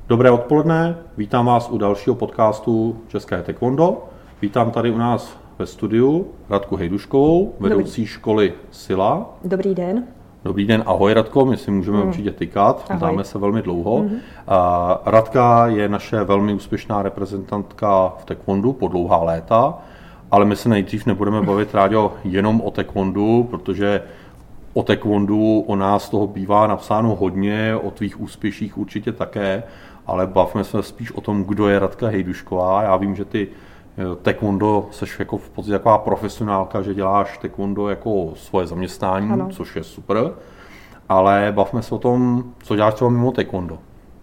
Dobré odpoledne, vítám vás u dalšího podcastu České taekwondo. Vítám tady u nás ve studiu Radku Hejduškovou, vedoucí školy Sila. Dobrý den. Dobrý den, ahoj Radko, my si můžeme určitě tykat, známe se velmi dlouho. Radka je naše velmi úspěšná reprezentantka v taekwondu po dlouhá léta, ale my se nejdřív nebudeme bavit, Ráďo, jenom o taekwondu, protože o taekwondu o nás toho bývá napsáno hodně, o tvých úspěších určitě také, ale bavme se spíš o tom, kdo je Radka Hejdušková. Já vím, že ty taekwondo seš jako v podstatě taková profesionálka, že děláš taekwondo jako svoje zaměstnání, ano. Což je super, ale bavme se o tom, co děláš třeba mimo taekwondo.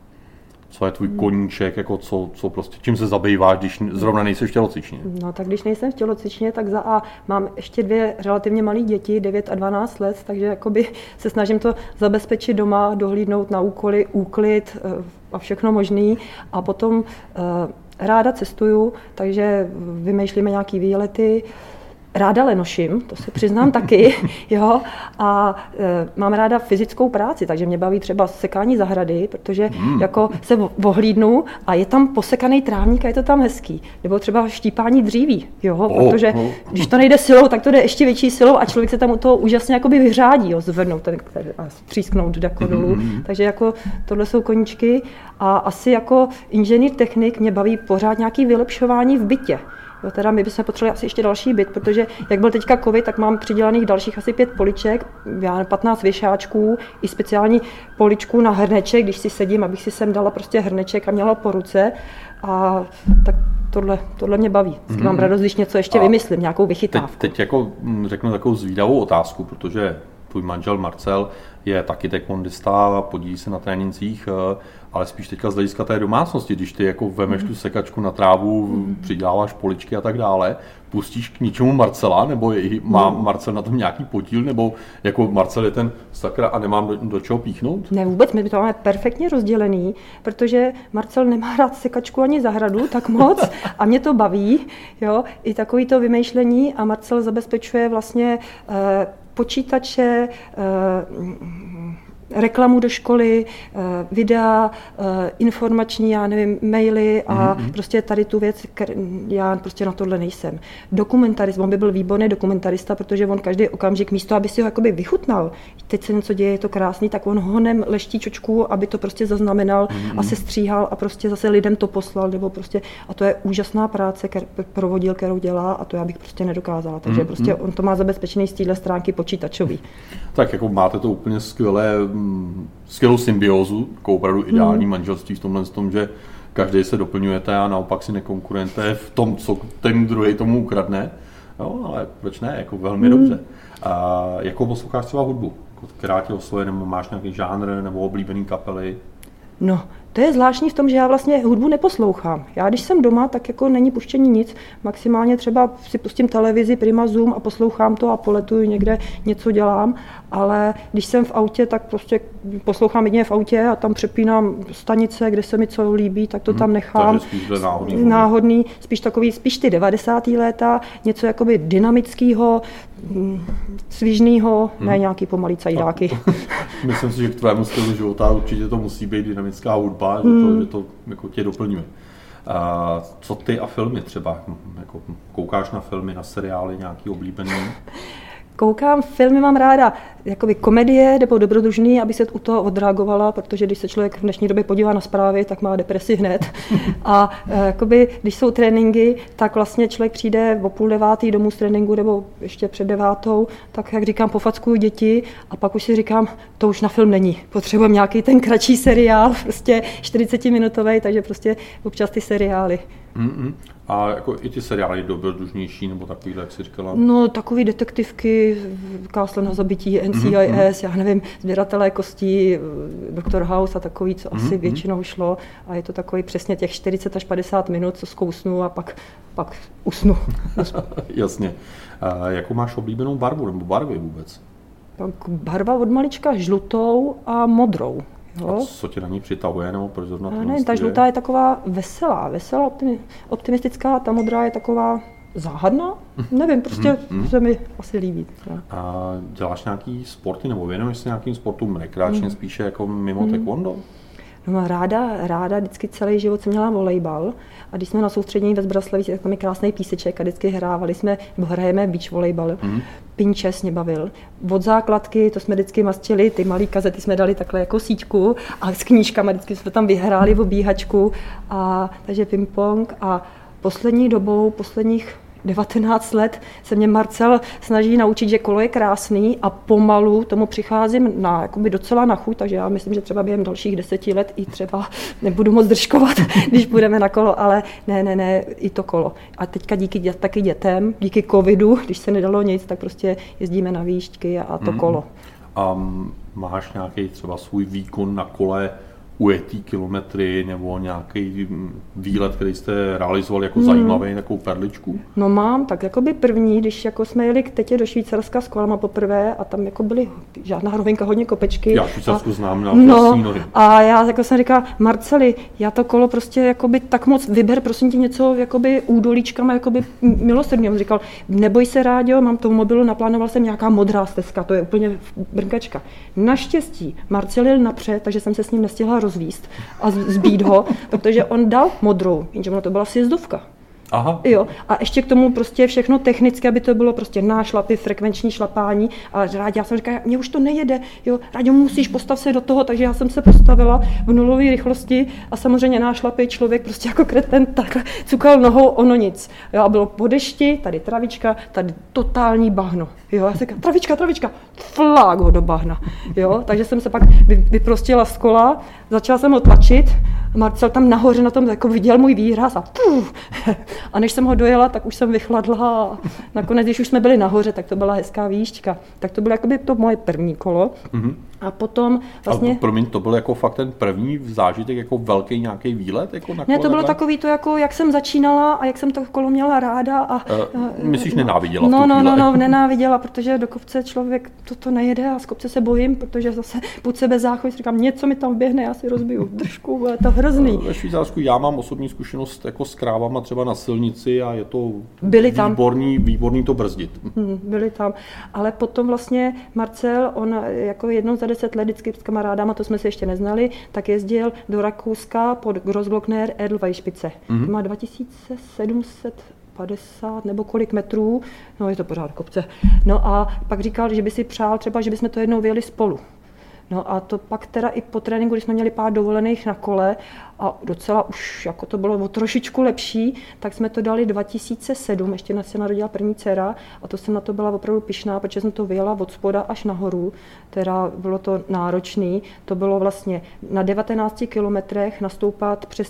Co je tvůj koníček, jako co prostě, čím se zabýváš, když zrovna nejseš v tělocvičně? No tak když nejsem v tělocvičně, tak mám ještě dvě relativně malé děti, 9 a 12 let, takže jakoby se snažím to zabezpečit doma, dohlídnout na úkoly, úklid a všechno možný. A potom ráda cestuju, takže vymýšlíme nějaký výlety. Ráda lenoším, to se přiznám taky, jo, a mám ráda fyzickou práci, takže mě baví třeba sekání zahrady, protože jako se ohlídnu a je tam posekaný trávník a je to tam hezký. Nebo třeba štípání dříví, jo, protože když to nejde silou, tak to jde ještě větší silou a člověk se tam u toho úžasně jakoby vyřádí, jo, zvednout a střísknout jako dolů. Takže jako tohle jsou koníčky a asi jako inženýr technik mě baví pořád nějaký vylepšování v bytě. Jo, teda my bychom potřebovali asi ještě další byt, protože jak byl teďka covid, tak mám přidělaných dalších asi 5 poliček, 15 věšáčků i speciální poličku na hrneček, když si sedím, abych si sem dala prostě hrneček a měla po ruce. A tak tohle mě baví. Mám radost, když něco ještě vymyslím, nějakou vychytávku. Teď jako řeknu takovou zvídavou otázku, protože tvůj manžel Marcel je taky taekwondista, podílí se na trénincích, ale spíš teďka z hlediska té domácnosti, když ty jako vemeš tu sekačku na trávu, přiděláváš poličky a tak dále, pustíš k ničemu Marcela, nebo má Marcel na tom nějaký podíl, nebo jako Marcel je ten sakra a nemám do čeho píchnout? Ne, vůbec, my to máme perfektně rozdělený, protože Marcel nemá rád sekačku ani zahradu tak moc a mě to baví, jo, i takový to vymýšlení a Marcel zabezpečuje vlastně počítače, reklamu do školy, videa, informační, já nevím, maily a prostě tady tu věc, já prostě na tohle nejsem. Dokumentarista, on by byl výborný dokumentarista, protože on každý okamžik místo, aby si ho jakoby vychutnal, teď se něco děje, je to krásný, tak on honem leští čočku, aby to prostě zaznamenal a se stříhal a prostě zase lidem to poslal, nebo prostě, a to je úžasná práce, provodil, kterou dělá a to já bych prostě nedokázala, takže prostě on to má zabezpečený z téhle stránky počítačový. Tak jako máte to úplně skvělou symbiózu, jako opravdu ideální manželství v tomhle tom, že každý se doplňujete a naopak si nekonkurujete v tom, co ten druhý tomu ukradne. Jo, ale proč ne, jako velmi dobře. A jakou posloucháš třeba hudbu? Která tě oslovuje, nebo máš nějaký žánr nebo oblíbený kapely? No, to je zvláštní v tom, že já vlastně hudbu neposlouchám. Já když jsem doma, tak jako není puštění nic. Maximálně třeba si pustím televizi, Prima Zoom a poslouchám to a poletuju někde, něco dělám. Ale když jsem v autě, tak prostě poslouchám jedině v autě a tam přepínám stanice, kde se mi co líbí, tak to tam nechám. Takže spíš náhodný, spíš ty 90. léta, něco jakoby dynamického, svižného, ne nějaký pomalý cajdáky. Myslím si, že k tvému stylu života určitě to musí být dynamická hudba, že to jako tě doplňuje. Co ty a filmy třeba? Jako koukáš na filmy, na seriály, nějaký oblíbený? Koukám, filmy mám ráda, jakoby komedie nebo dobrodružný, aby se u toho odreagovala, protože když se člověk v dnešní době podívá na zprávy, tak má depresi hned. A jakoby, když jsou tréninky, tak vlastně člověk přijde o 8:30 domů z tréninku nebo ještě před 9:00, tak jak říkám, pofackuju děti a pak už si říkám, to už na film není. Potřebujeme nějaký ten kratší seriál, prostě 40-minutový, takže prostě občas ty seriály. A jako i ty seriály dobrodružnější nebo takovýhle, jak jsi říkala? No, takový detektivky, Castle na zabití, NCIS, já nevím, Sběratelé kostí, Dr. House a takový, co asi většinou šlo. A je to takový přesně těch 40 až 50 minut, co zkousnu a pak usnu. Jasně. Jakou máš oblíbenou barvu nebo barvy vůbec? Tak barva od malička žlutou a modrou. Jo. A co tě na ní přitahuje, nebo proč zrovna to? Ne, ta žlutá je taková veselá, optimistická, ta modrá je taková záhadná. Nevím, prostě se mi asi líbí. No. A děláš nějaký sporty, nebo věnuješ se nějakým sportům rekreačně, spíše jako mimo taekwondo? No ráda, vždycky celý život jsem měla volejbal a když jsme na soustředění ve Zbraslavici, tak tam je krásný píseček a vždycky hrajeme beach volejbal. Pinches mě bavil. Od základky, to jsme vždycky mastili, ty malé kazety jsme dali takhle jako síťku a s knížkama vždycky jsme tam vyhráli v obíhačku, takže ping-pong a posledních 19 let se mě Marcel snaží naučit, že kolo je krásný a pomalu tomu přicházím docela na chuť, takže já myslím, že třeba během dalších 10 let i třeba nebudu moc držkovat, když půjdeme na kolo, ale ne, i to kolo. A teďka díky taky dětem, díky covidu, když se nedalo nic, tak prostě jezdíme na výšťky a to kolo. A máš nějaký třeba svůj výkon na kole, ujetý kilometry nebo nějaký výlet, který jste realizovali jako zajímavý, takovou perličku? No mám, tak jakoby první, když jako jsme jeli k tetě do Švýcarska s kolama poprvé a tam jako byly žádná rovinka, hodně kopečky. Já Švýcarsku znám na vlastní nohy. A já jako jsem říkala, Marceli, já to kolo prostě jakoby tak moc vyber, prosím tě něco jakoby údolíčkama, jakoby milosrdně. On říkal, neboj se, Ráďo, mám to mobilu, naplánoval jsem nějaká modrá stezka, to je úplně brnkačka. Naštěstí Marcel jel napřed, takže jsem se s ním nestihla rozvíst a zbít ho, protože on dal modrou, jenže ono to byla sjezdovka. Aha. Jo, a ještě k tomu prostě všechno technické, aby to bylo prostě nášlapy, frekvenční šlapání, ale Ráďo, já jsem říkala, mně už to nejede, jo, Ráďo, musíš postav se do toho, takže já jsem se postavila v nulové rychlosti a samozřejmě nášlapy člověk prostě jako kreten takhle cukal nohou, ono nic. Jo, a bylo po dešti, tady travička, tady totální bahno. Jo, já jsem říkala, travička, flák ho do bahna. Jo, takže jsem se pak vyprostila z kola, začala jsem ho tlačit, Marcel tam nahoře na tom jako viděl můj výraz a než jsem ho dojela, tak už jsem vychladla a nakonec, když už jsme byli nahoře, tak to byla hezká výšťka. Tak to bylo jakoby to moje první kolo. A potom vlastně... Promiň, to byl jako fakt ten první zážitek, jako velký nějaký výlet? Jako na kole, ne, to bylo takový to, jako jak jsem začínala a jak jsem to kolo měla ráda. Myslíš, nenáviděla? No, nenáviděla, protože do kopce člověk to nejede a z kopce se bojím, protože zase buď se bez záchodu, říkám, něco mi tam běhne, já si rozbiju držku, je to hrozný. Ve Švýcarsku já mám osobní zkušenost jako s krávama třeba na silnici a je to výborný to brzdit. Byli tam, ale potom vlastně Marcel, on jako jednou za 10 let vždycky s kamarádama, to jsme se ještě neznali, tak jezdil do Rakouska pod Grossglockner Edelweißspitze. To má 2750 nebo kolik metrů, no je to pořád kopce. No a pak říkal, že by si přál třeba, že bychom to jednou vyjeli spolu. No a to pak teda i po tréninku, když jsme měli pár dovolených na kole a docela už jako to bylo o trošičku lepší, tak jsme to dali 2007, ještě se narodila první dcera a to jsem na to byla opravdu pyšná, protože jsem to vyjela od spoda až nahoru, teda bylo to náročný, to bylo vlastně na 19 kilometrech nastoupat přes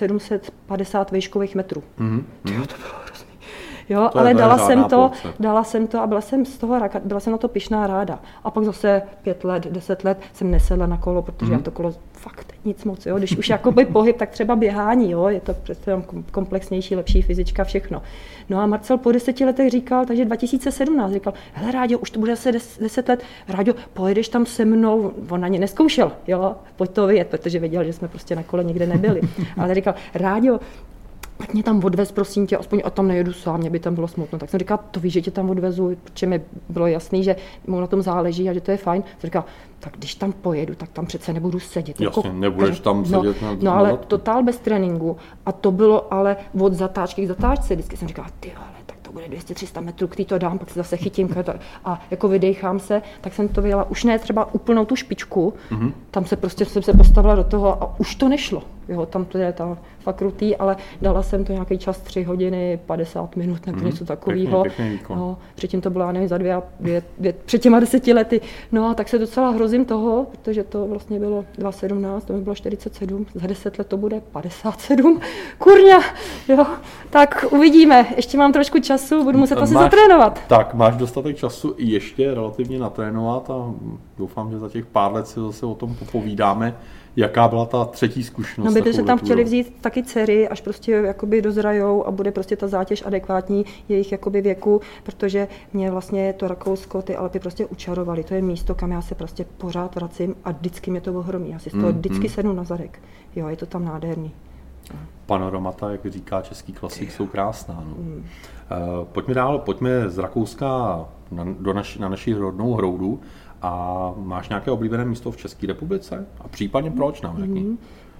1750 výškových metrů. To bylo hrozný. Jo, ale dala jsem to a byla jsem na to pyšná ráda. A pak zase 5 let, 10 let jsem nesedla na kolo, protože já to kolo fakt nic moc, jo. Když už jakoby pohyb, tak třeba běhání, jo, je to přece komplexnější, lepší fyzička, všechno. No a Marcel po 10 letech říkal, takže 2017 říkal, hele Ráďo, už to bude asi 10 let, Ráďo, pojedeš tam se mnou, on ani neskoušel, jo, pojď to vyjet, protože věděl, že jsme prostě na kole nikde nebyli. Ale říkal, Ráďo, tak mě tam odvez, prosím tě, aspoň a tam nejedu sám, mě by tam bylo smutno. Tak jsem říkal, to víš, že tě tam odvezu, protože mi bylo jasný, že mu na tom záleží a že to je fajn. Jsem říkal, tak když tam pojedu, tak tam přece nebudu sedět. Jasně, nebudeš tam sedět. No ale totál bez tréninku. A to bylo ale od zatáčky k zatáčce. Vždycky jsem říkala, ty ale tak to bude 200-300 metrů, který to dám, pak se zase chytím a jako vydechám se, tak jsem to vyjela. Už ne třeba úplnou tu špičku, tam jsem se postavila do toho a už to nešlo. Jo, tam to je tam fakt krutý, ale dala jsem to nějaký čas 3 hodiny, 50 minut nebo něco takového. No, předtím to bylo, já nevím, za před těma 10 lety. No a tak se docela hrozím toho, protože to vlastně bylo 2017, to mi bylo 47, za 10 let to bude 57. Kurňa, jo, tak uvidíme. Ještě mám trošku času, budu muset asi zatrénovat. Tak, máš dostatek času i ještě relativně natrénovat a doufám, že za těch pár let si zase o tom popovídáme. Jaká byla ta třetí zkušenost? No, by se tam chtěli vzít taky dcery, až prostě jakoby dozrajou a bude prostě ta zátěž adekvátní jejich jakoby věku, protože mě vlastně to Rakousko, ty Alpy prostě učarovaly. To je místo, kam já se prostě pořád vracím a vždycky mě to ohromí. Já si z toho vždycky sednu na zadek. Jo, je to tam nádherný. Panoramata, jak říká český klasik, jsou krásná. No. Pojďme dál, pojďme z Rakouska na naši rodnou Hroudu. A máš nějaké oblíbené místo v České republice? A případně proč nám řekni?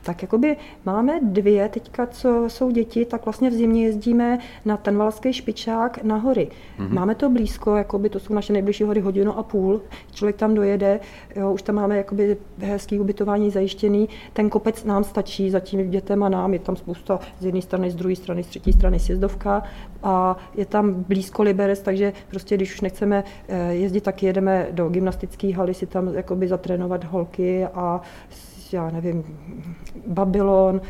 Tak jakoby máme 2 teďka, co jsou děti, tak vlastně v zimě jezdíme na Tanvalský špičák na hory. Máme to blízko, jakoby to jsou naše nejbližší hory 1,5 hodiny. Člověk tam dojede, jo, už tam máme jakoby hezký ubytování zajištěný. Ten kopec nám stačí, zatím dětem a nám, je tam spousta z jedné strany, z druhé strany, z třetí strany sjezdovka a je tam blízko Liberec, takže prostě když už nechceme jezdit, tak jedeme do gymnastické haly si tam jakoby zatrénovat holky a já nevím, Babylon,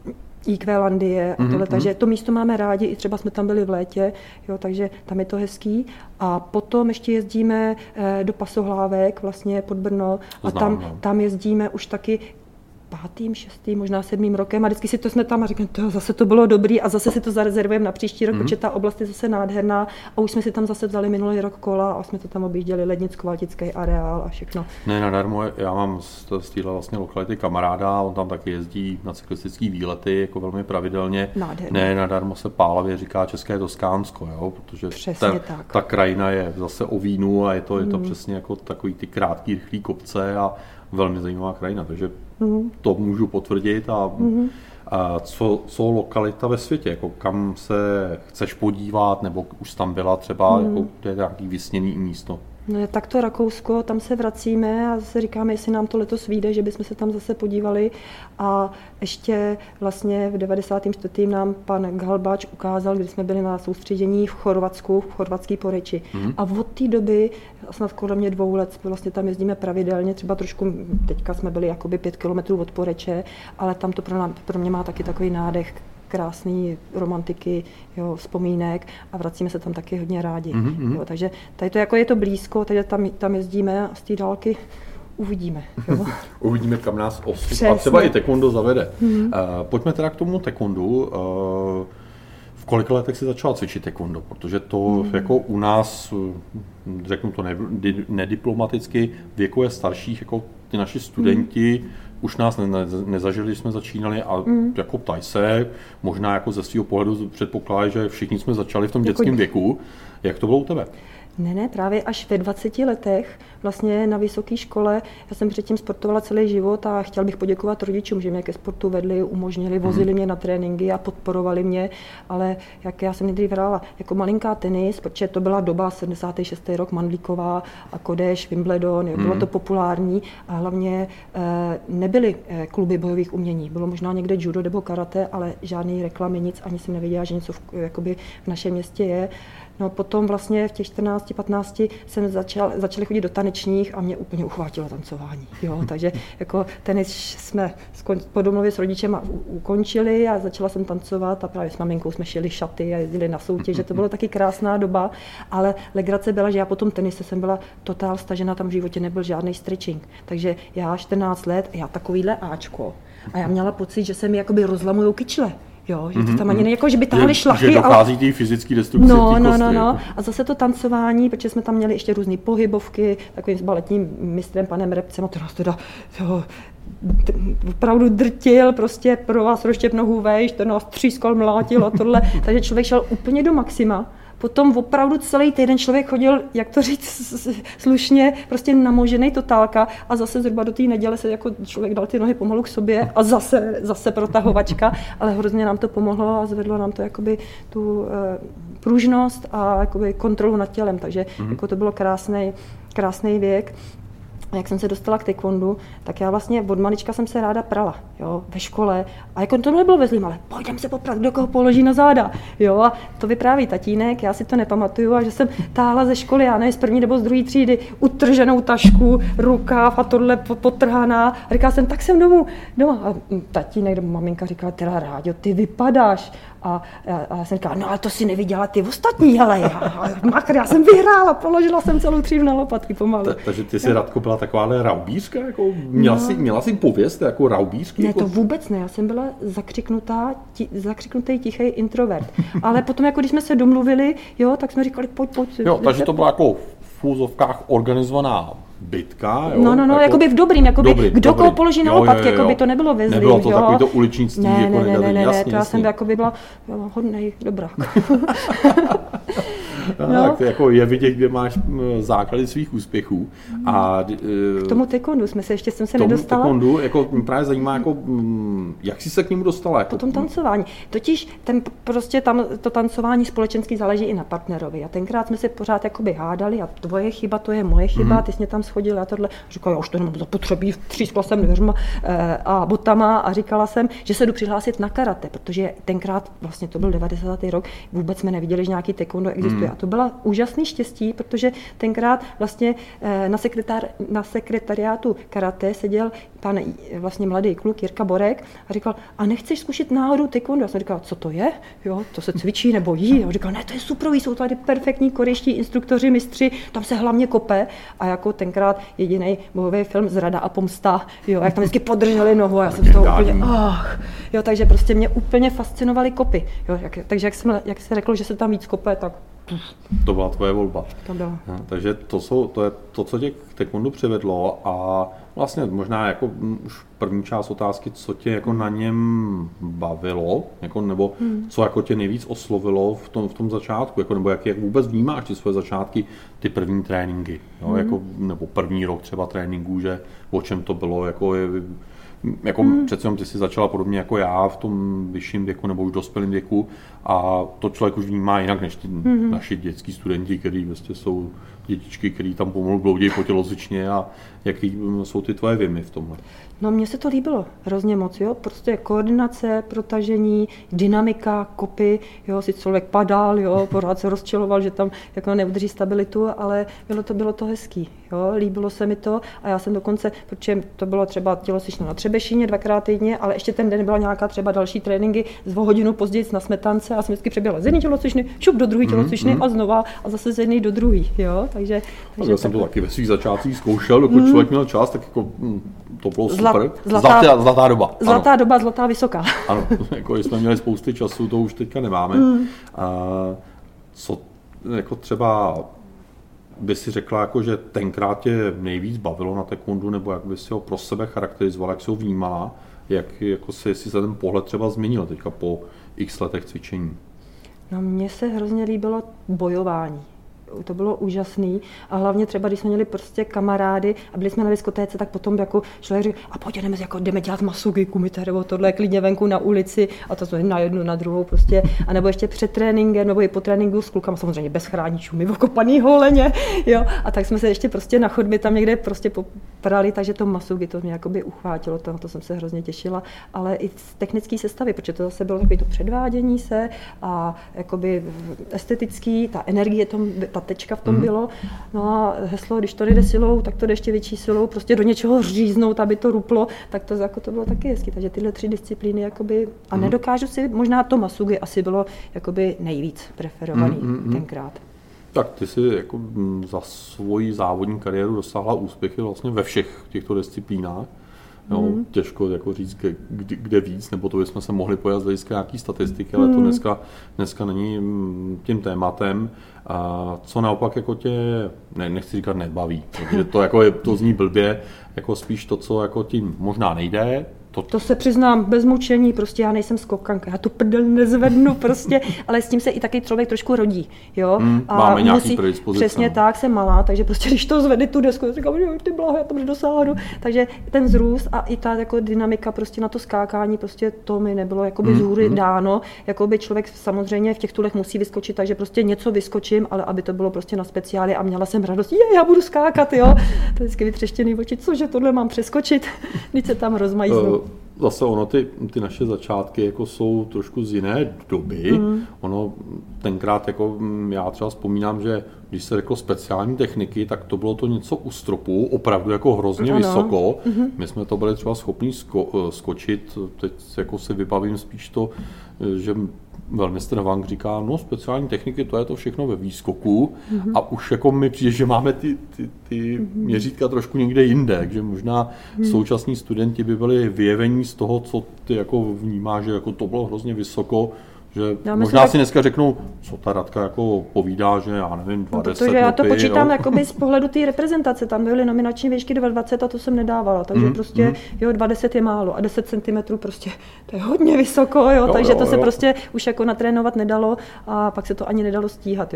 IQ-landie a tohle, takže to místo máme rádi, i třeba jsme tam byli v létě, jo, takže tam je to hezký. A potom ještě jezdíme do Pasohlávek, vlastně pod Brno a tam jezdíme už taky 5., 6., možná 7. rokem a vždycky si to jsme tam a říkáme, zase to bylo dobrý a zase si to zarezervujeme na příští rok, protože ta oblast je zase nádherná a už jsme si tam zase vzali minulý rok kola a jsme to tam objížděli, Lednicko-Valtický areál a všechno. Ne, nadarmo, já mám z téhle vlastně lokality kamaráda, on tam taky jezdí na cyklistické výlety jako velmi pravidelně. Nádherný. Ne, nadarmo se pálavě říká České Toskánsko, jo, protože ta krajina je zase o vínu a je to přesně jako takový ty krátký, rychlý kopce a velmi zajímavá krajina, takže to můžu potvrdit. A co lokalita ve světě, jako kam se chceš podívat, nebo už tam byla třeba, jako, to je nějaký vysněný místo? No, tak to Rakousko, tam se vracíme a zase říkáme, jestli nám to letos vyjde, že bychom se tam zase podívali. A ještě vlastně v 94. nám pan Galbač ukázal, když jsme byli na soustředění v Chorvatsku, v chorvatský Poreči. A od té doby, snad kolem mě 2 let, vlastně tam jezdíme pravidelně, třeba trošku, teďka jsme byli jakoby 5 kilometrů od Poreče, ale tam to pro mě má taky takový nádech, krásný romantiky, jo, vzpomínek a vracíme se tam taky hodně rádi. Jo, takže tady to jako je to blízko, takže tam jezdíme a z té dálky uvidíme. Jo. Uvidíme, kam nás osud a třeba i taekwondo zavede. Pojďme teda k tomu taekwondu. V kolika letech si začala cvičit taekwondo? Protože to jako u nás, řeknu to nediplomaticky, věkově starších, jako ty naši studenti, už nás nezažili, když jsme začínali a jako ptaj se, možná jako ze svého pohledu předpokládá, že všichni jsme začali v tom dětském věku. Jak to bylo u tebe? Ne, právě až ve 20 letech vlastně na vysoké škole. Já jsem předtím sportovala celý život a chtěl bych poděkovat rodičům, že mě ke sportu vedli, umožnili, vozili mě na tréninky a podporovali mě, ale jak já jsem nejdřív hrála jako malinká tenis, protože to byla doba 76. rok, Mandlíková a Kodeš, Wimbledon, bylo to populární a hlavně nebyly kluby bojových umění. Bylo možná někde judo nebo karate, ale žádný reklamy, nic, ani jsem nevěděla, že něco v našem městě je. No potom vlastně v těch 14, 15 jsem začali chodit do tanečních a mě úplně uchvátilo tancování. Jo? Takže jako tenis jsme po domluvě s rodičem ukončili a začala jsem tancovat a právě s maminkou jsme šili šaty a jezdili na soutěže. To bylo taky krásná doba, ale legrace byla, že já po tom tenise jsem byla totál stažena, tam v životě nebyl žádný stretching. Takže já 14 let, já takovýhle áčko a já měla pocit, že se mi jakoby rozlamujou kyčle. Jo, že to tam ani jako, že by tahali šlachy. Že dochází té fyzický destrukci. No. A zase to tancování, protože jsme tam měli ještě různé pohybovky, takovým s baletním mistrem, panem Repcem, a to nás teda opravdu drtil, prostě pro vás rozštěp nohu vejš, to nás třískal, mlátil a tohle. Takže člověk šel úplně do maxima. Potom opravdu celý týden člověk chodil, jak to říct slušně, prostě namožený totálka a zase zhruba do té neděle se jako člověk dal ty nohy pomalu k sobě a zase protahovačka, ale hrozně nám to pomohlo a zvedlo nám to jakoby tu pružnost a jakoby kontrolu nad tělem, takže jako to bylo krásný věk. A jak jsem se dostala k taekwondu, tak já vlastně od malička jsem se ráda prala, jo, ve škole. A jako to nebylo ve zlým, ale pojďme se poprat, kdo koho položí na záda, jo. A to vypráví tatínek, já si to nepamatuju, a že jsem táhla ze školy, já nevím, z první nebo z druhé třídy, utrženou tašku, rukáv a tohle potrhaná. A říkala jsem, tak jsem doma. A tatínek nebo maminka říkala, teda Ráďo, ty vypadáš. A já jsem říkala, no ale to si neviděla ty ostatní, ale já jsem vyhrála, položila jsem celou třídu na lopatky pomalu. Takže ty jsi, Radko, byla takováhle raubířka? Jako, měla jsi pověst jako raubířky? Ne, jako... to vůbec ne, já jsem byla zakřiknutý tichý introvert. Ale potom, jako když jsme se domluvili, jo, tak jsme říkali, pojď. Jo, takže to byla jako v úzovkách organizovaná bitka, jo? No, jakoby v dobrým, kdo koho položí na lopatky, jakoby to nebylo ve zlým. Nebylo to takový to uličnictví, ne, jasně, to já jsem jakoby byla hodnej, dobrá. No. Tak jako je vidět, kde máš základy svých úspěchů. A k tomu taekwondu jsem se nedostala. Taekwondu, jako mě právě zajímá, jako, jak jsi se k němu dostala? Jako... Po tom tancování. Totiž tam to tancování společensky záleží i na partnerovi. A tenkrát jsme se pořád jakoby hádali a tvoje chyba, to je moje chyba, ty jsi mě tam schodil a tohle. Říkala, já už to nemám zapotřebí, třískla jsem dveřma a botama a říkala jsem, že se jdu přihlásit na karate, protože tenkrát, vlastně to byl 90. rok, vůbec jsme neviděli, že nějaký taekwondo existuje. A to byla úžasný štěstí, protože tenkrát vlastně na sekretariátu karate seděl pan vlastně mladý kluk Jirka Borek a říkal, a nechceš zkusit náhodou taekwondo? Já jsem říkal, co to je? Jo, to se cvičí nebo jí? A říkal, ne, to je suprový, jsou tady perfektní korejští instruktoři, mistři, tam se hlavně kope. A jako tenkrát jediný bojový film Zrada a pomsta, jo, jak tam vždycky podrželi nohu a já jsem z toho úplně, jo, takže prostě mě úplně fascinovaly kopy. Jo, takže jak se řeklo, že se tam víc kope, tak to byla tvoje volba. To byla. Takže to je to, co tě k taekwondu přivedlo a vlastně možná jako už první část otázky, co tě jako na něm bavilo, jako, nebo co jako tě nejvíc oslovilo v tom začátku, jako, nebo jak vůbec vnímáš ty svoje začátky, ty první tréninky, jo, jako, nebo první rok třeba tréninku, že o čem to bylo, jako přece jenom ty jsi začala podobně jako já v tom vyšším věku nebo už dospělém věku a to člověk už vnímá jinak než ty naši dětský studenti, kteří vlastně jsou dětičky, který tam pomalu bloudí po tělocvičně a jaký jsou ty tvoje věmy v tomhle? No mně se to líbilo hrozně moc, jo, prostě koordinace, protažení, dynamika, kopy, jo, si člověk padal, jo, pořád se rozčiloval, že tam jako neudrží stabilitu, ale bylo to hezký, jo, líbilo se mi to a já jsem dokonce, protože to bylo třeba tělocvičně na Třebešíně 2x týdně, ale ještě ten den byla nějaká třeba další tréninky z hodinu později na Smetance a jsem vždycky přeběhla z jedné tělocvičny, šup do druhé tělocvičny a znova a zase z jedné do druhé, jo, takže já jsem to taky ve svých začátcích zkoušel, dokud člověk měl čas, tak jako to bylo super. Zlatá doba. Zlatá doba, zlatá vysoká. Ano, jako jsme měli spousty času, to už teďka nemáme. Co jako třeba by si řekla, jako, že tenkrát tě nejvíc bavilo na taekwondu, nebo jak by si ho pro sebe charakterizovala, jak si ho vnímala, jak jako si se ten pohled třeba změnil teďka po x letech cvičení? No mně se hrozně líbilo bojování. To bylo úžasný a hlavně třeba, když jsme měli prostě kamarády a byli jsme na diskotéce, tak potom jako člověk říkal, a pojď jdeme dělat masugi, kumite, nebo tohle klidně venku na ulici a to jsme na jednu, na druhou prostě, a nebo ještě před tréninkem, nebo i po tréninku s klukama, samozřejmě bez chráničů, my okopaný holeně, jo, a tak jsme se ještě prostě na chodbě tam někde prostě poprali, takže to masugi, to mě jakoby uchvátilo, to jsem se hrozně těšila, ale i z technické sestavy, protože to zase bylo takový to předvádění se a jakoby estetický, ta energie ta tečka v tom bylo. No a heslo, když to jde silou, tak to jde ještě větší silou, prostě do něčeho říznout, aby to ruplo, tak to, jako to bylo taky hezky. Takže tyhle 3 disciplíny jakoby, a nedokážu si, možná to masugi asi bylo jakoby nejvíc preferovaný tenkrát. Tak ty si jako za svoji závodní kariéru dosáhla úspěchy vlastně ve všech těchto disciplínách. Jo, těžko jako říct, kde víc, nebo to bychom se mohli pojat z hlediska nějaký statistiky, ale to dneska není tím tématem. A co naopak jako tě, nechci říkat nebaví, protože to, jako to zní blbě, jako spíš to, co jako tím možná nejde. To se přiznám, bez mučení, prostě já nejsem skokanka, já tu prdel nezvednu prostě, ale s tím se i taky člověk trošku rodí, jo. A máme nějaký predispozice. Přesně tak, jsem malá, takže prostě když to zvedli tu desku, říkám, ty blaho, já tam dosáhnu. Takže ten vzrůst a i ta jako dynamika prostě na to skákání, prostě to mi nebylo jakoby z hůry dáno, jakoby člověk samozřejmě v těch tulech musí vyskočit, takže prostě něco vyskočím, ale aby to bylo prostě na speciály a měla jsem radost, já budu skákat, jo. To vždycky vytřeštěný oči, cože tohle mám přeskočit, když se tam rozmajíznu. Zase ono, ty naše začátky jako jsou trošku z jiné doby. Ono tenkrát, jako já třeba vzpomínám, že když se řeklo speciální techniky, tak to bylo to něco u stropu, opravdu jako hrozně vysoko. My jsme to byli třeba schopni skočit, teď jako si vybavím spíš to, že velmistr Wang říká, no speciální techniky, to je to všechno ve výskoku a už jako mi přijde, že máme ty měřítka trošku někde jinde, takže možná současní studenti by byli vyjevení z toho, co ty jako vnímáš, že jako to bylo hrozně vysoko, Že možná si dneska řeknou, co ta Radka jako povídá, že já nevím, 20 protože já to počítám jakoby z pohledu té reprezentace, tam byly nominační výšky 2,20 a to jsem nedávala, takže prostě 20 je málo a 10 cm prostě to je hodně vysoko, takže to se prostě už jako natrénovat nedalo a pak se to ani nedalo stíhat,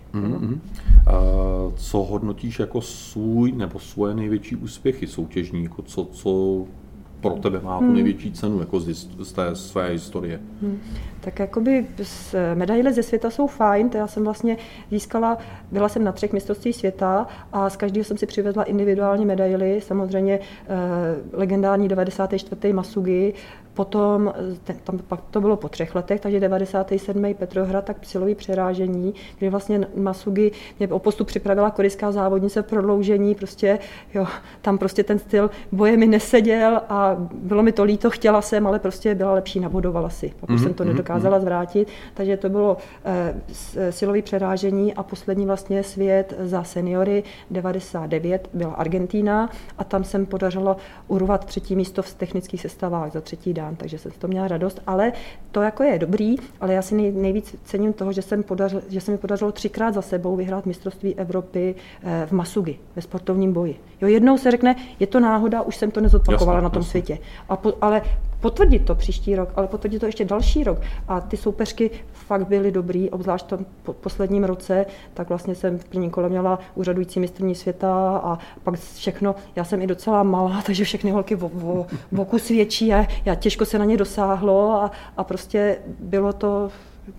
Co hodnotíš jako svůj nebo svoje největší úspěchy soutěžní, jako co pro tebe má tu největší cenu jako z té své historie? Tak jakoby medaile ze světa jsou fajn, já jsem vlastně byla jsem na 3 mistrovství světa a z každého jsem si přivezla individuální medaily, samozřejmě legendární 94. Masugi, potom pak to bylo po 3 letech, takže 97. Petrohrad, tak silový přerážení, kdy vlastně Masugi mě o postup připravila korejská závodnice v prodloužení, prostě tam prostě ten styl boje mi neseděl a bylo mi to líto, chtěla jsem, ale prostě byla lepší, nabodovala si, pokud jsem to nedokázala zvrátit, takže to bylo silový přerážení a poslední vlastně svět za seniory 99 byla Argentína a tam jsem podařila urvat 3. místo v technických sestavách za 3. dan, takže jsem z toho měla radost, ale to jako je dobrý, ale já si nejvíc cením toho, že se mi podařilo 3krát za sebou vyhrát mistrovství Evropy v Masugi, ve sportovním boji. Jednou se řekne, je to náhoda, už jsem to nezopakovala na tom světě. Ale potvrdit to příští rok, ale potvrdit to ještě další rok. A ty soupeřky fakt byly dobrý, obzvlášť v tom posledním roce, tak vlastně jsem v prvním kole měla úřadující mistryni světa a pak všechno, já jsem i docela malá, takže všechny holky v oku svědčí a těžko se na ně dosáhlo a prostě bylo to,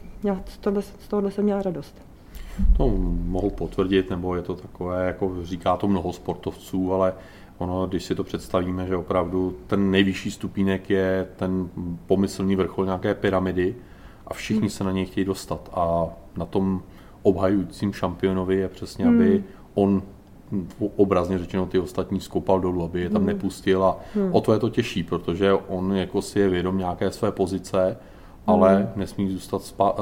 z tohohle jsem měla radost. To mohu potvrdit, nebo je to takové, jako říká to mnoho sportovců, ale ono, když si to představíme, že opravdu ten nejvyšší stupínek je ten pomyslný vrchol nějaké pyramidy a všichni se na něj chtějí dostat a na tom obhajujícím šampionovi je přesně, aby on obrazně řečeno ty ostatní skopal dolů, aby je tam nepustil a o to je to těžší, protože on jako si je vědom nějaké své pozice, ale nesmí zůstat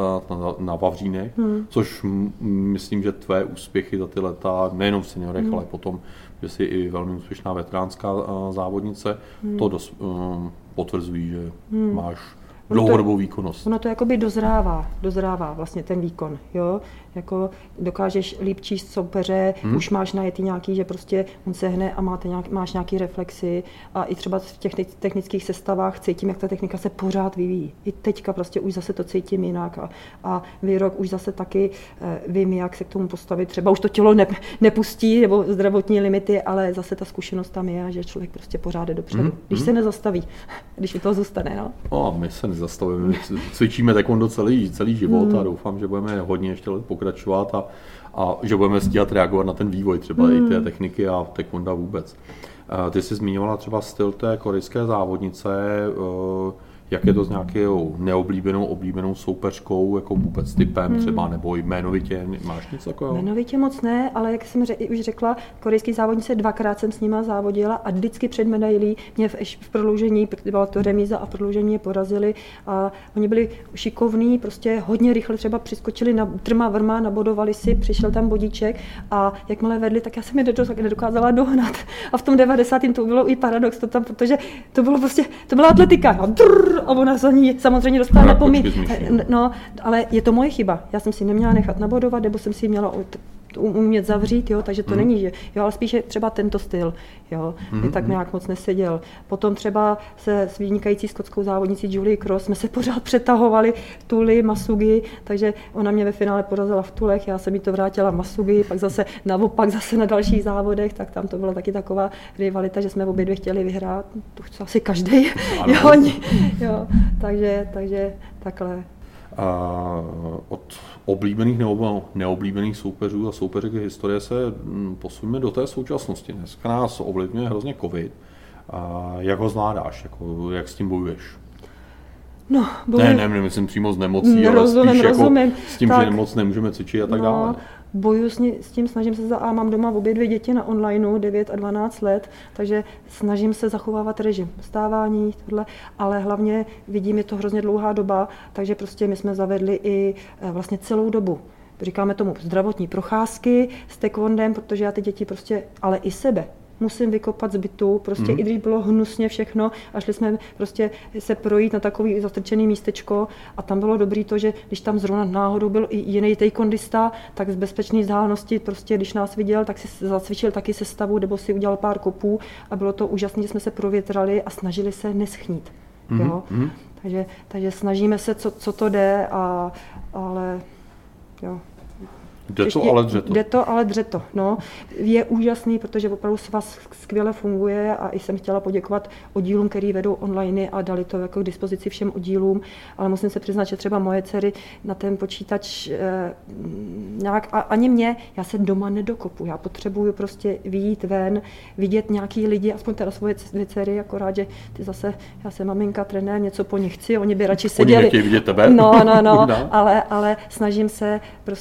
na vavřínech, což myslím, že tvé úspěchy za ty leta, nejenom v seniorech, ale potom, že jsi i velmi úspěšná veteránská závodnice, to potvrzují, že máš dlouhodobou výkonnost. Ono to jakoby dozrává vlastně ten výkon, jako dokážeš líp číst soupeře, už máš najetý nějaký, že prostě on sehne a máš nějaký reflexy a i třeba v těch technických sestavách cítím, jak ta technika se pořád vyvíjí. I teďka prostě už zase to cítím jinak a výrok už zase taky vím, jak se k tomu postavit. Třeba už to tělo nepustí nebo zdravotní limity, ale zase ta zkušenost tam je, že člověk prostě pořád jde dopředu. Když se nezastaví, když u toho zůstane. My se nezastavíme, cvičíme taekwondo celý život a doufám, že budeme hodně ještě pokračovat a že budeme stíhat reagovat na ten vývoj třeba i té techniky a taekwonda vůbec. Ty jsi zmiňovala třeba styl té korejské závodnice, jak je to s nějakou neoblíbenou, oblíbenou soupeřkou, jako vůbec typem třeba, nebo jmenovitě, máš něco takového? Jmenovitě moc ne, ale jak jsem už řekla, korejský závodnice 2krát jsem s nima závodila a vždycky před medailí mě v prodloužení, protože byla to remíza a v prodloužení je porazili a oni byli šikovní, prostě hodně rychle třeba přiskočili na trma vrma, nabodovali si, přišel tam bodíček a jakmile vedli, tak já jsem je nedokázala dohnat. A v tom 90. to bylo i paradox, protože to bylo prostě, to byla atletika. A ona za ní samozřejmě dostala na pomít. No, ale je to moje chyba. Já jsem si neměla nechat nabodovat, nebo jsem si měla umět zavřít, takže to není, že ale spíše třeba tento styl, mi tak nějak moc neseděl. Potom třeba se s vynikající skotskou závodnicí Julie Cross jsme se pořád přetahovali v Tuli, Masugi, takže ona mě ve finále porazila v Tulech, já jsem jí to vrátila v Masugi, pak zase naopak zase na dalších závodech, tak tam to byla taky taková rivalita, že jsme obě dvě chtěli vyhrát, to chce asi každý, takže takhle. Od oblíbených nebo neoblíbených soupeřů a soupeřek historie se posuneme do té současnosti. Dneska nás ovlivňuje hrozně covid. Jak ho zvládáš? Jak s tím bojuješ? No, nemyslím přímo z nemocí, ale spíš jako s tím, že moc nemůžeme cvičit a tak dále. Bojuju s tím, snažím se mám doma obě dvě děti na onlineu, 9 a 12 let, takže snažím se zachovávat režim vstávání, tohle, ale hlavně vidím, je to hrozně dlouhá doba, takže prostě my jsme zavedli i vlastně celou dobu. Říkáme tomu zdravotní procházky s taekwondem, protože já ty děti prostě, ale i sebe, musím vykopat z bytu, prostě i když bylo hnusně všechno a šli jsme prostě se projít na takový zastrčený místečko a tam bylo dobrý to, že když tam zrovna náhodou byl i jiný tejkondista, tak z bezpečné vzdálenosti prostě, když nás viděl, tak si zacvičil taky sestavu, nebo si udělal pár kopů a bylo to úžasné, že jsme se provětrali a snažili se neschnít. Jo? Takže snažíme se, co to jde, ale jo. Jde to, ale dřeto. No. Je úžasný, protože opravdu svaz skvěle funguje a i jsem chtěla poděkovat oddílům, který vedou online a dali to jako k dispozici všem oddílům, ale musím se přiznat, že třeba moje dcery na ten počítač nějak, ani mě, já se doma nedokopu, já potřebuju prostě vyjít ven, vidět nějaký lidi, aspoň teda svoje dvě dcery, akorát, že ty zase, já jsem maminka, trenér, něco po nich chci, oni by radši seděli. Oni nechtějí vidět tebe. No, ale snažím se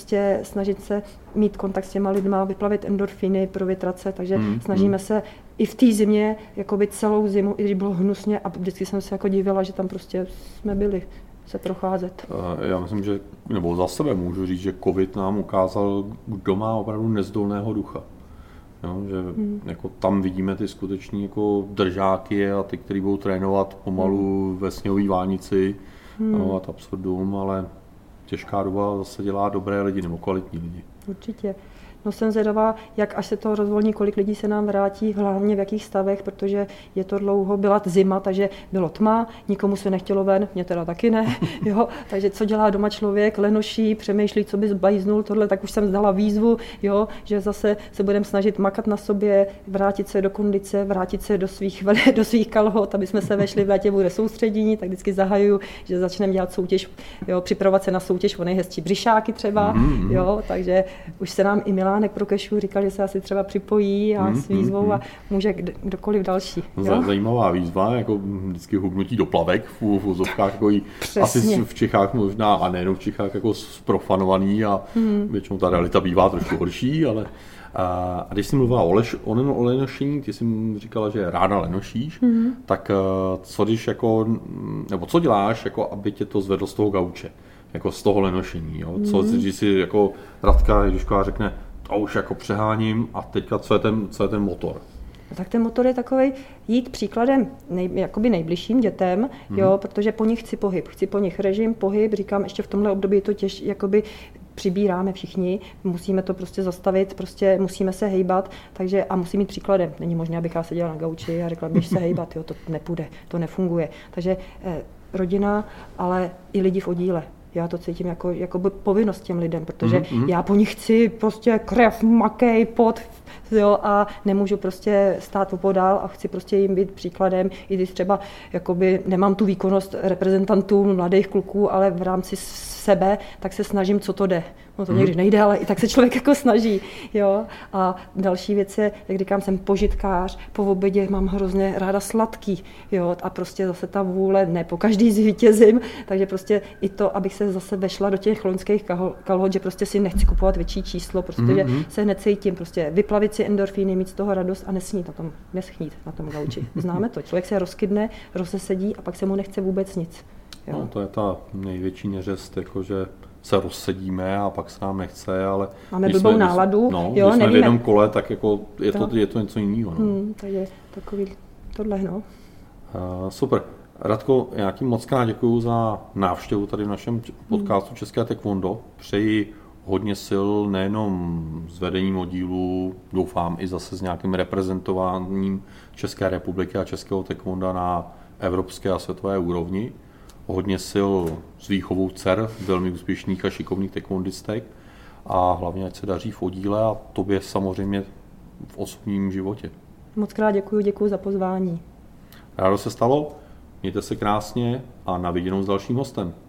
mít kontakt s těma lidma, vyplavit endorfiny, provětrat se, takže snažíme se i v té zimě, jakoby celou zimu, i když bylo hnusně a vždycky jsem se jako divila, že tam prostě jsme byli se procházet. Já myslím, že, nebo za sebe můžu říct, že covid nám ukázal, kdo má opravdu nezdolného ducha. Jo, že jako tam vidíme ty skuteční jako držáky a ty, kteří budou trénovat pomalu ve sněhové vánici a absurdum, ale těžká doba zase dělá dobré lidi nebo kvalitní lidi. Určitě. No jsem zvědavá, jak až se to rozvolní, kolik lidí se nám vrátí, hlavně v jakých stavech, protože je to dlouho, byla zima, takže bylo tma, nikomu se nechtělo ven, mě teda taky ne, jo, takže co dělá doma člověk, lenoší, přemýšlí, co by zbajznul, tohle, tak už jsem zdala výzvu, jo, že zase se budeme snažit makat na sobě, vrátit se do kondice, vrátit se do svých kalhot, aby jsme se vešli, v létě bude soustředění, tak vždycky zahajuju, že začneme dělat soutěž, jo, připravovat se na soutěž o nejhezčí břišáky třeba, jo, takže už se nám i Milánek pro Kešu říkal, že se asi třeba připojí a s výzvou a může kdokoliv další. Jo? Zajímavá výzva, jako vždycky hubnutí do plavek v úzovkách, jako asi v Čechách možná, a nejenom v Čechách, jako zprofanovaný a většinou ta realita bývá trošku horší, ale a když jsi mluvila o lenošení, ty jsi říkala, že ráda lenošíš, tak co když jako, nebo co děláš, jako aby tě to zvedlo z toho gauče, jako z toho lenošení, jo? Co když si jako Radka Jiříšková řekne, to už jako přeháním a teďka co je ten motor? Tak ten motor je takovej jít příkladem jakoby nejbližším dětem, jo, protože po nich chci po nich režim, pohyb, říkám, ještě v tomhle období je to jakoby přibíráme všichni, musíme to prostě zastavit, prostě musíme se hejbat, takže a musím mít příkladem. Není možné, abych já seděla na gauči a řekla, běž se hejbat, jo, to nepůjde, to nefunguje. Takže rodina, ale i lidi v oddíle. Já to cítím jako povinnost těm lidem, protože já po nich chci prostě krev, makej, pot, jo, a nemůžu prostě stát opodál a chci prostě jim být příkladem, i když třeba jakoby nemám tu výkonnost reprezentantů mladých kluků, ale v rámci sebe, tak se snažím, co to jde. No to někdy nejde, ale i tak se člověk jako snaží, jo. A další věc je, jak říkám, jsem požitkář, po obědě mám hrozně ráda sladký, jo, a prostě zase ta vůle, ne po každý zvítězím, takže prostě i to, abych se zase vešla do těch loňských kalhot, že prostě si nechci kupovat větší číslo, protože se necítím, prostě vyplavit si endorfíny, mít z toho radost a neschnít na tom gauči. Známe to, člověk se rozkydne, rozesedí a pak se mu nechce vůbec nic. Jo. No, to je ta největší neřest, jakože se rozsedíme a pak se nám nechce, ale máme blbou náladu, jo, když jsme v jednom kole, tak jako je to něco jiného. No. Takže takový tohle, no. Super. Radko, já ti moc krát děkuju za návštěvu tady v našem podcastu České taekwondo. Přeji hodně sil nejenom s vedením oddílu, doufám i zase s nějakým reprezentováním České republiky a českého taekwonda na evropské a světové úrovni. Hodně sil s výchovou dcer, velmi úspěšných a šikovných taekwondistek a hlavně ať se daří v oddíle a tobě samozřejmě v osobním životě. Moc krát děkuju za pozvání. Rádo se stalo, mějte se krásně a na viděnou s dalším hostem.